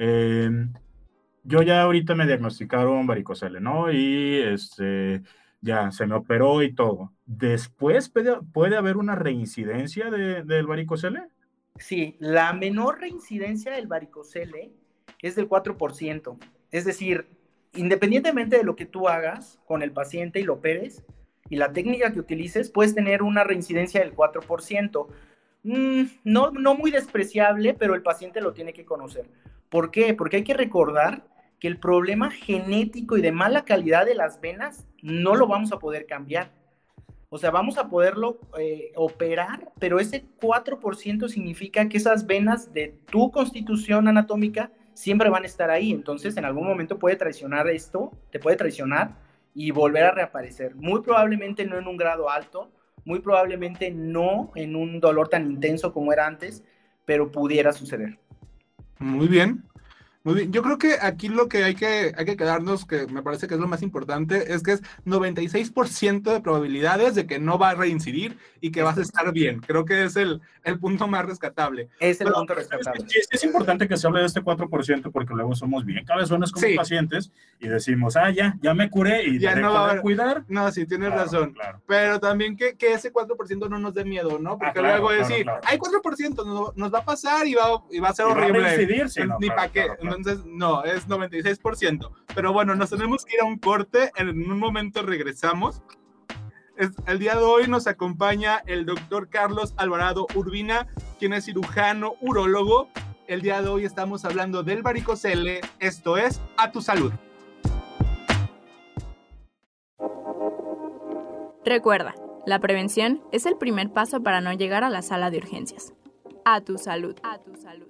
yo ya ahorita me diagnosticaron varicocele, ¿no? Y ya se me operó y todo. ¿Después puede haber una reincidencia del varicocele? Sí, la menor reincidencia del varicocele es del 4%. Es decir, independientemente de lo que tú hagas con el paciente y lo operes, y la técnica que utilices, puedes tener una reincidencia del 4%. No muy despreciable, pero el paciente lo tiene que conocer. ¿Por qué? Porque hay que recordar que el problema genético y de mala calidad de las venas no lo vamos a poder cambiar. O sea, vamos a poderlo operar, pero ese 4% significa que esas venas de tu constitución anatómica siempre van a estar ahí. Entonces, en algún momento puede traicionar esto, te puede traicionar y volver a reaparecer. Muy probablemente no en un grado alto, muy probablemente no en un dolor tan intenso como era antes, pero pudiera suceder. Muy bien. Muy bien, yo creo que aquí lo que hay que quedarnos, que me parece que es lo más importante, es que es 96% de probabilidades de que no va a reincidir y que vas a estar bien. Creo que es el punto más rescatable. Es el Pero, punto rescatable. Sí, es importante que se hable de este 4% porque luego somos bien cabezones como Sí. pacientes y decimos, ya me curé y Ya ya no no va a va a haber- cuidar. No, sí, tienes Claro, razón. claro. Pero también que ese 4% no nos dé miedo, ¿no? Porque claro, luego claro, decir, claro. hay 4%, nos va a pasar y va a ser Y va a horrible. reincidir, sí, no, Ni claro, para qué. claro, claro. Entonces, no, es 96%. Pero bueno, nos tenemos que ir a un corte. En un momento regresamos. El día de hoy nos acompaña el doctor Carlos Alvarado Urbina, quien es cirujano urólogo. El día de hoy estamos hablando del varicocele. Esto es A Tu Salud. Recuerda, la prevención es el primer paso para no llegar a la sala de urgencias. A tu salud. A tu salud.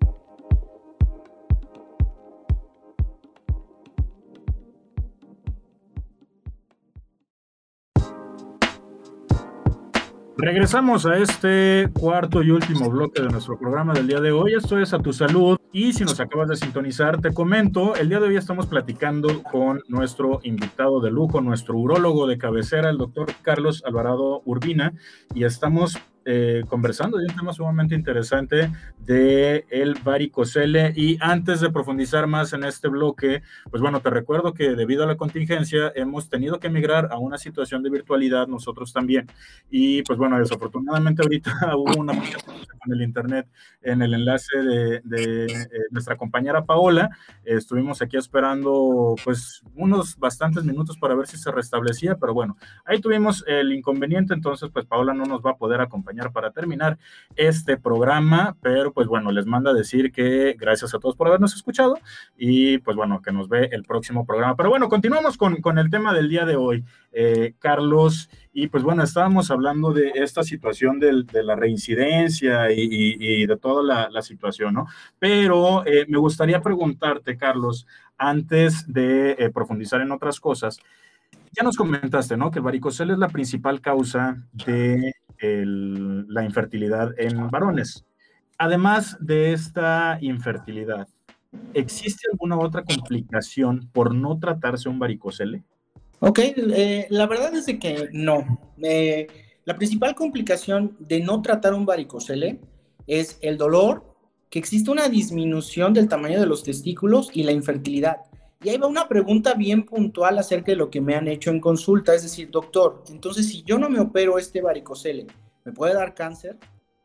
Regresamos a este cuarto y último bloque de nuestro programa del día de hoy. Esto es A Tu Salud. Y si nos acabas de sintonizar, te comento, el día de hoy estamos platicando con nuestro invitado de lujo, nuestro urólogo de cabecera, el doctor Carlos Alvarado Urbina, y estamos conversando de un tema sumamente interesante de el varicocele. Y antes de profundizar más en este bloque, pues bueno, te recuerdo que debido a la contingencia hemos tenido que migrar a una situación de virtualidad nosotros también. Y pues bueno, desafortunadamente ahorita hubo una con el internet en el enlace de nuestra compañera Paola. Estuvimos aquí esperando pues unos bastantes minutos para ver si se restablecía, pero bueno, ahí tuvimos el inconveniente, entonces pues Paola no nos va a poder acompañar para terminar este programa, pero pues bueno, les manda a decir que gracias a todos por habernos escuchado y pues bueno, que nos ve el próximo programa. Pero bueno, continuamos con el tema del día de hoy, Carlos, y pues bueno, estábamos hablando de esta situación de la reincidencia y de toda la situación, ¿no? Pero me gustaría preguntarte, Carlos, antes de profundizar en otras cosas, ya nos comentaste, ¿no? Que el varicocele es la principal causa de la infertilidad en varones. Además de esta infertilidad, ¿existe alguna otra complicación por no tratarse un varicocele? Ok, la verdad es de que no. La principal complicación de no tratar un varicocele es el dolor, que existe una disminución del tamaño de los testículos y la infertilidad. Y ahí va una pregunta bien puntual acerca de lo que me han hecho en consulta, es decir, doctor, entonces si yo no me opero este varicocele, ¿me puede dar cáncer?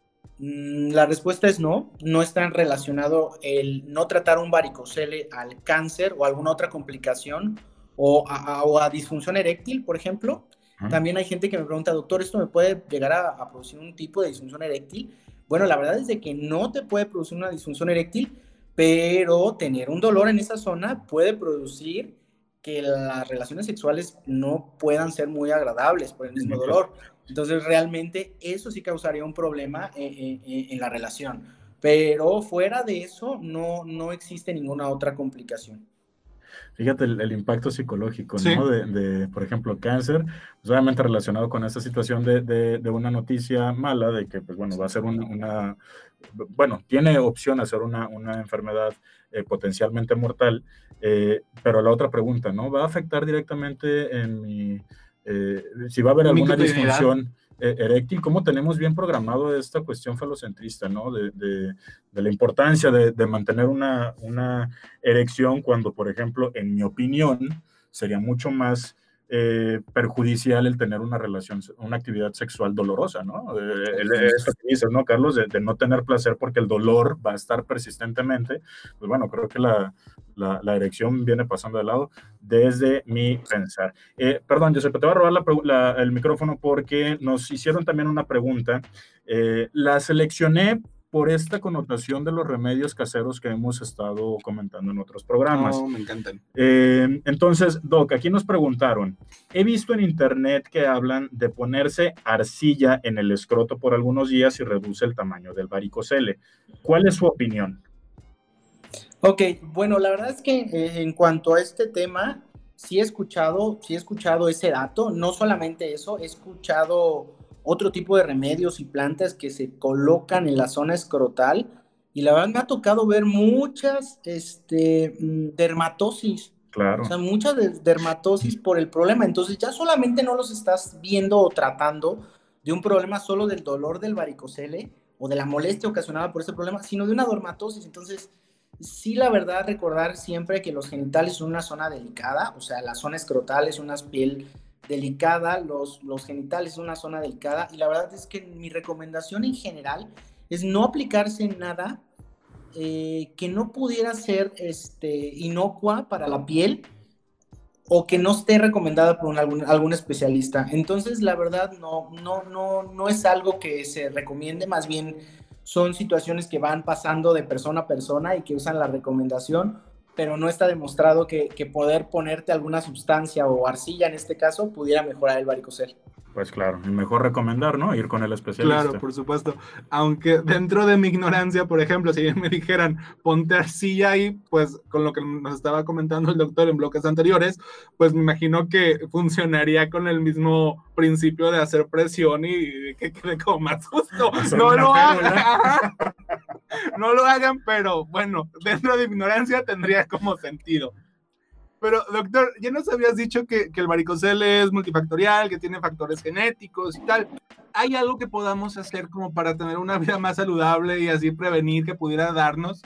La respuesta es no, no está relacionado el no tratar un varicocele al cáncer o alguna otra complicación o a disfunción eréctil, por ejemplo. También hay gente que me pregunta, doctor, ¿esto me puede llegar a producir un tipo de disfunción eréctil? Bueno, la verdad es de que no te puede producir una disfunción eréctil, pero tener un dolor en esa zona puede producir que las relaciones sexuales no puedan ser muy agradables por el mismo dolor. Entonces, realmente eso sí causaría un problema en la relación. Pero fuera de eso, no existe ninguna otra complicación. Fíjate el impacto psicológico, Sí. ¿no? Por ejemplo, cáncer, pues obviamente relacionado con esta situación de una noticia mala, de que, pues bueno, va a ser bueno, tiene opción a ser una enfermedad potencialmente mortal, pero la otra pregunta, ¿no? ¿Va a afectar directamente si va a haber Mi alguna cotidianidad. disfunción eréctil? ¿Cómo tenemos bien programado esta cuestión falocentrista, ¿no? De la importancia de mantener una erección cuando, por ejemplo, en mi opinión, sería mucho más perjudicial el tener una relación, una actividad sexual dolorosa, ¿no? Esto que dices, ¿no, Carlos? De no tener placer porque el dolor va a estar persistentemente. Pues bueno, creo que la erección viene pasando de lado desde mi pensar. Perdón, Giuseppe, te voy a robar el micrófono porque nos hicieron también una pregunta. La seleccioné por esta connotación de los remedios caseros que hemos estado comentando en otros programas. Oh, me encantan. Entonces, Doc, aquí nos preguntaron, he visto en internet que hablan de ponerse arcilla en el escroto por algunos días y reduce el tamaño del varicocele. ¿Cuál es su opinión? Ok, bueno, la verdad es que en cuanto a este tema, sí he escuchado ese dato, no solamente eso, he escuchado otro tipo de remedios y plantas que se colocan en la zona escrotal y la verdad me ha tocado ver muchas dermatosis, Claro. o sea, muchas dermatosis por el problema, entonces ya solamente no los estás viendo o tratando de un problema solo del dolor del varicocele o de la molestia ocasionada por ese problema, sino de una dermatosis, entonces... Sí, la verdad, recordar siempre que los genitales son una zona delicada, o sea, la zona escrotal es una piel delicada, los genitales son una zona delicada, y la verdad es que mi recomendación en general es no aplicarse nada que no pudiera ser inocua para la piel o que no esté recomendada por algún especialista. Entonces, la verdad, no es algo que se recomiende, más bien son situaciones que van pasando de persona a persona y que usan la recomendación, pero no está demostrado que poder ponerte alguna sustancia o arcilla, en este caso, pudiera mejorar el varicocele. Pues claro, mejor recomendar, ¿no? Ir con el especialista. Claro, por supuesto. Aunque dentro de mi ignorancia, por ejemplo, si me dijeran ponte arcilla ahí, pues con lo que nos estaba comentando el doctor en bloques anteriores, pues me imagino que funcionaría con el mismo principio de hacer presión y que quede como más justo. No lo hagan. No lo hagan, pero bueno, dentro de mi ignorancia tendría como sentido. Pero, doctor, ya nos habías dicho que el varicocele es multifactorial, que tiene factores genéticos y tal. ¿Hay algo que podamos hacer como para tener una vida más saludable y así prevenir que pudiera darnos?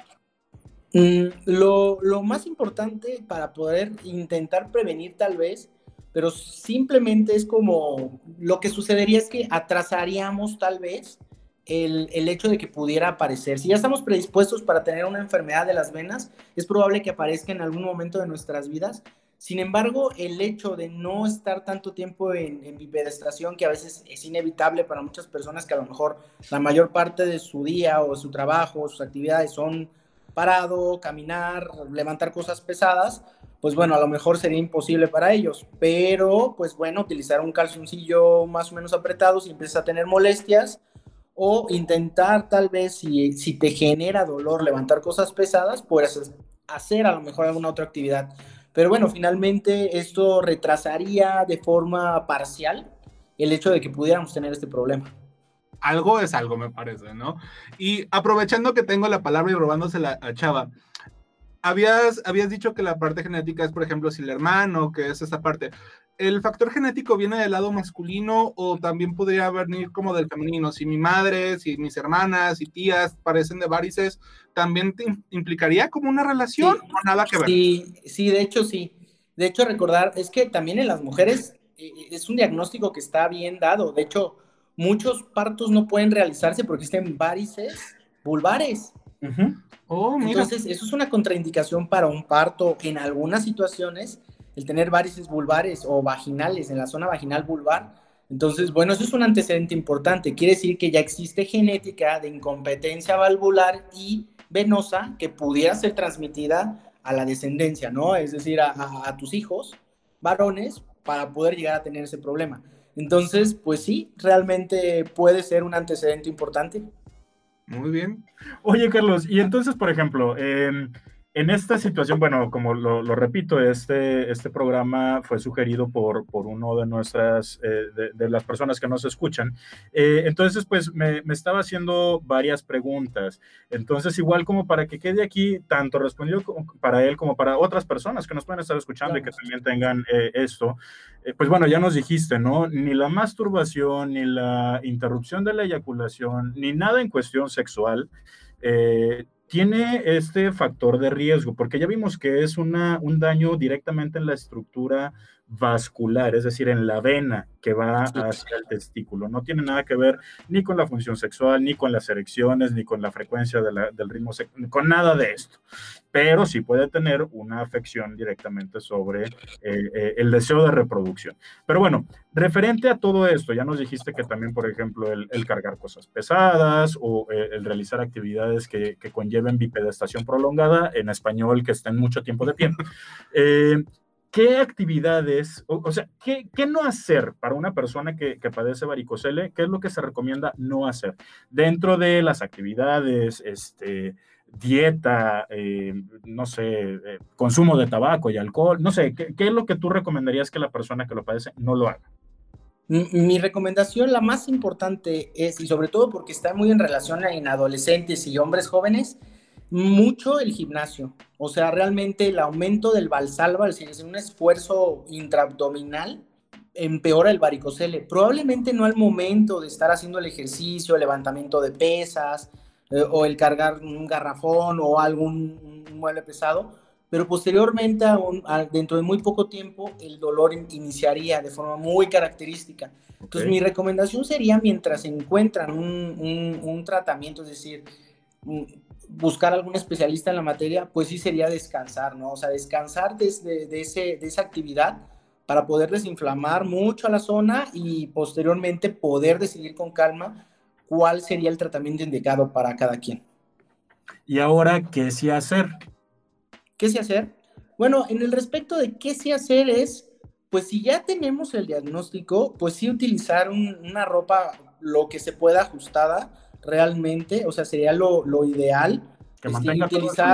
Lo más importante para poder intentar prevenir tal vez, pero simplemente es como, lo que sucedería es que atrasaríamos tal vez el hecho de que pudiera aparecer. Si ya estamos predispuestos para tener una enfermedad de las venas, es probable que aparezca en algún momento de nuestras vidas. Sin embargo, el hecho de no estar tanto tiempo en bipedestración, que a veces es inevitable para muchas personas que a lo mejor la mayor parte de su día o su trabajo o sus actividades son parado, caminar, levantar cosas pesadas, pues bueno, a lo mejor sería imposible para ellos, pero pues bueno, utilizar un calzoncillo más o menos apretado si empiezas a tener molestias, o intentar tal vez si te genera dolor levantar cosas pesadas, puedes hacer a lo mejor alguna otra actividad. Pero bueno, finalmente esto retrasaría de forma parcial el hecho de que pudiéramos tener este problema. Algo es algo, me parece, ¿no? Y aprovechando que tengo la palabra y robándosela a Chava, habías dicho que la parte genética es, por ejemplo, si el hermano, que es esa parte. ¿El factor genético viene del lado masculino o también podría venir como del femenino? Si mi madre, si mis hermanas y tías parecen de varices, ¿también te implicaría como una relación o nada que ver? Sí, de hecho sí. De hecho, recordar, es que también en las mujeres es un diagnóstico que está bien dado. De hecho, muchos partos no pueden realizarse porque existen varices vulvares. Uh-huh. Oh, mira. Entonces, eso es una contraindicación para un parto en algunas situaciones, el tener varices vulvares o vaginales en la zona vaginal vulvar. Entonces, bueno, eso es un antecedente importante. Quiere decir que ya existe genética de incompetencia valvular y venosa que pudiera ser transmitida a la descendencia, ¿no? Es decir, a tus hijos varones para poder llegar a tener ese problema. Entonces, pues sí, realmente puede ser un antecedente importante. Muy bien. Oye, Carlos, y entonces, por ejemplo, En esta situación, bueno, como lo repito, este programa fue sugerido por uno de nuestras, de las personas que nos escuchan. Entonces, pues me estaba haciendo varias preguntas. Entonces, igual como para que quede aquí tanto respondido para él como para otras personas que nos pueden estar escuchando, claro, y que también tengan esto, pues bueno, ya nos dijiste, ¿no? Ni la masturbación, ni la interrupción de la eyaculación, ni nada en cuestión sexual, tiene este factor de riesgo, porque ya vimos que es un daño directamente en la estructura vascular, es decir, en la vena que va hacia el testículo. No tiene nada que ver ni con la función sexual, ni con las erecciones, ni con la frecuencia del ritmo sexual, con nada de esto. Pero sí puede tener una afección directamente sobre el deseo de reproducción. Pero bueno, referente a todo esto, ya nos dijiste que también, por ejemplo, el cargar cosas pesadas o el realizar actividades que conlleven bipedestación prolongada, en español, que estén mucho tiempo de pie. ¿Qué actividades, o sea, qué no hacer para una persona que padece varicocele? ¿Qué es lo que se recomienda no hacer? Dentro de las actividades, dieta, no sé, consumo de tabaco y alcohol, no sé, ¿qué es lo que tú recomendarías que la persona que lo padece no lo haga? Mi recomendación, la más importante es, y sobre todo porque está muy en relación en adolescentes y hombres jóvenes, mucho el gimnasio. O sea, realmente el aumento del Valsalva, es decir, un esfuerzo intraabdominal, empeora el varicocele. Probablemente no al momento de estar haciendo el ejercicio, el levantamiento de pesas, o el cargar un garrafón o algún mueble pesado, pero posteriormente, dentro de muy poco tiempo, el dolor iniciaría de forma muy característica. Entonces, mi recomendación sería, mientras se encuentran un tratamiento, es decir, buscar algún especialista en la materia, pues sí sería descansar, ¿no? O sea, descansar de esa actividad para poder desinflamar mucho a la zona y posteriormente poder decidir con calma cuál sería el tratamiento indicado para cada quien. Y ahora, ¿qué sí hacer? ¿Qué sí hacer? Bueno, en el respecto de qué sí hacer es, pues si ya tenemos el diagnóstico, pues sí utilizar una ropa lo que se pueda ajustada realmente, o sea, sería lo ideal. Que mantenga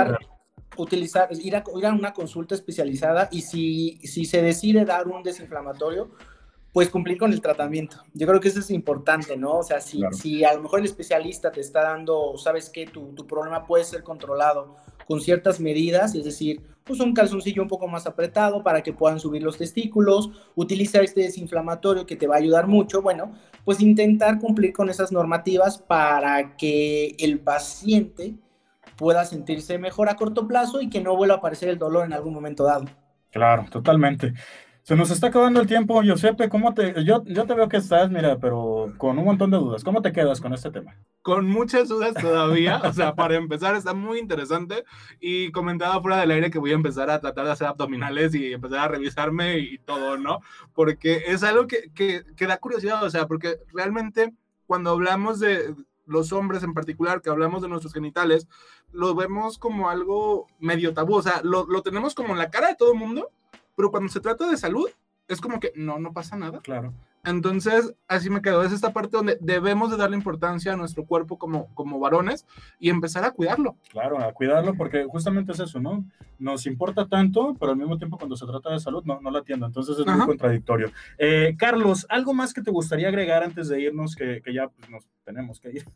Ir a una consulta especializada y si se decide dar un desinflamatorio, pues cumplir con el tratamiento. Yo creo que eso es importante, ¿no? O sea, claro, si a lo mejor el especialista te está dando, sabes que tu problema puede ser controlado con ciertas medidas, es decir, pues un calzoncillo un poco más apretado para que puedan subir los testículos, utiliza este desinflamatorio que te va a ayudar mucho, bueno, pues intentar cumplir con esas normativas para que el paciente pueda sentirse mejor a corto plazo y que no vuelva a aparecer el dolor en algún momento dado. Claro, totalmente. Se nos está acabando el tiempo, Giuseppe. Yo te veo que estás, mira, pero con un montón de dudas. ¿Cómo te quedas con este tema? Con muchas dudas todavía. O sea, para empezar está muy interesante. Y comentaba fuera del aire que voy a empezar a tratar de hacer abdominales y empezar a revisarme y todo, ¿no? Porque es algo que da curiosidad. O sea, porque realmente cuando hablamos de los hombres en particular, que hablamos de nuestros genitales, lo vemos como algo medio tabú. O sea, lo tenemos como en la cara de todo el mundo. Pero cuando se trata de salud, es como que no pasa nada. Claro. Entonces, así me quedo. Es esta parte donde debemos de darle importancia a nuestro cuerpo como varones y empezar a cuidarlo. Claro, a cuidarlo, porque justamente es eso, ¿no? Nos importa tanto, pero al mismo tiempo cuando se trata de salud no la atiendo. Entonces es muy contradictorio. Carlos, ¿algo más que te gustaría agregar antes de irnos, que ya pues, nos tenemos que ir?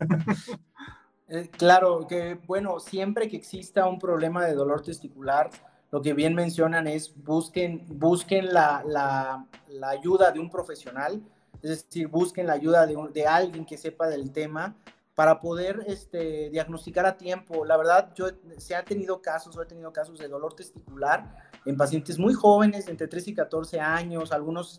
Claro, que bueno, siempre que exista un problema de dolor testicular, lo que bien mencionan es busquen la ayuda de un profesional, es decir, busquen la ayuda de alguien que sepa del tema para poder diagnosticar a tiempo. La verdad, he tenido casos de dolor testicular en pacientes muy jóvenes, entre 3 y 14 años, algunos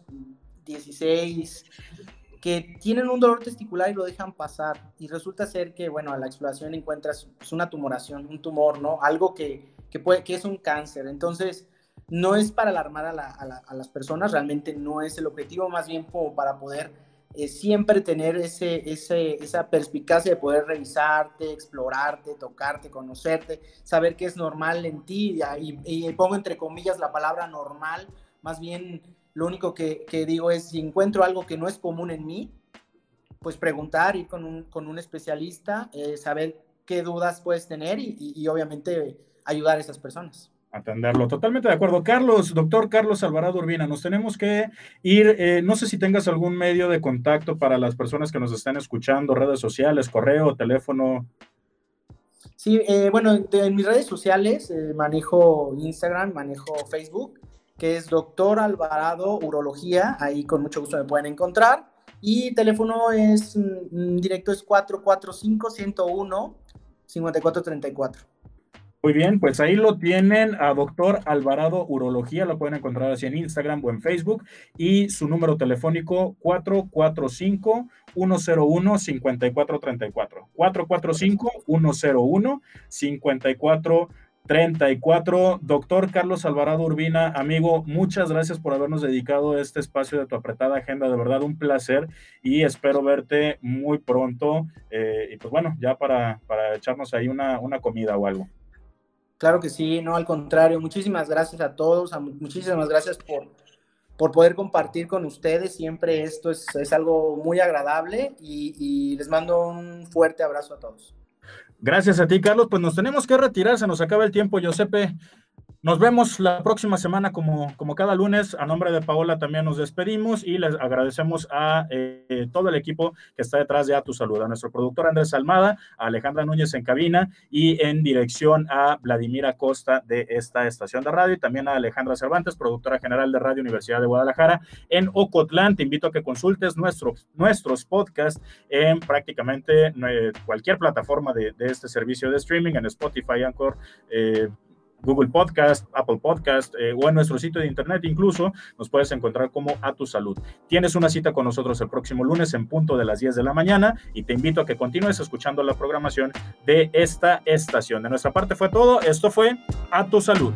16, que tienen un dolor testicular y lo dejan pasar, y resulta ser que, bueno, a la exploración encuentras una tumoración, un tumor, ¿no? Algo que es un cáncer. Entonces, no es para alarmar a las personas, realmente no es el objetivo, más bien como para poder siempre tener esa perspicacia de poder revisarte, explorarte, tocarte, conocerte, saber qué es normal en ti, y pongo entre comillas la palabra normal, más bien lo único que digo es, si encuentro algo que no es común en mí, pues preguntar, ir con un especialista, saber qué dudas puedes tener y obviamente ayudar a esas personas. Atenderlo. Totalmente de acuerdo. Carlos, doctor Carlos Alvarado Urbina, nos tenemos que ir. No sé si tengas algún medio de contacto para las personas que nos están escuchando, redes sociales, correo, teléfono. Sí, bueno, en mis redes sociales manejo Instagram, manejo Facebook, que es Doctor Alvarado Urología, ahí con mucho gusto me pueden encontrar. Y teléfono es directo, es 445-101-5434. Muy bien, pues ahí lo tienen a Doctor Alvarado Urología, lo pueden encontrar así en Instagram o en Facebook, y su número telefónico 445-101-5434. 445-101-5434. Doctor Carlos Alvarado Urbina, amigo, muchas gracias por habernos dedicado este espacio de tu apretada agenda, de verdad un placer, y espero verte muy pronto, y pues bueno, ya para echarnos ahí una comida o algo. Claro que sí, no, al contrario, muchísimas gracias a todos, muchísimas gracias por poder compartir con ustedes, siempre esto es algo muy agradable y les mando un fuerte abrazo a todos. Gracias a ti, Carlos, pues nos tenemos que retirar, se nos acaba el tiempo, Giuseppe. Nos vemos la próxima semana como cada lunes. A nombre de Paola también nos despedimos y les agradecemos a todo el equipo que está detrás de A Tu Salud, a nuestro productor Andrés Almada, a Alejandra Núñez en cabina y en dirección a Vladimir Acosta de esta estación de radio, y también a Alejandra Cervantes, productora general de Radio Universidad de Guadalajara en Ocotlán. Te invito a que consultes nuestros podcasts en prácticamente cualquier plataforma de este servicio de streaming, en Spotify, Anchor, Google Podcast, Apple Podcast, o en nuestro sitio de internet incluso nos puedes encontrar como A Tu Salud. Tienes una cita con nosotros el próximo lunes en punto de las 10 de la mañana y te invito a que continúes escuchando la programación de esta estación. De nuestra parte fue todo. Esto fue A Tu Salud.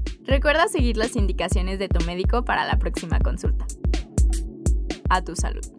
Recuerda seguir las indicaciones de tu médico para la próxima consulta. A Tu Salud.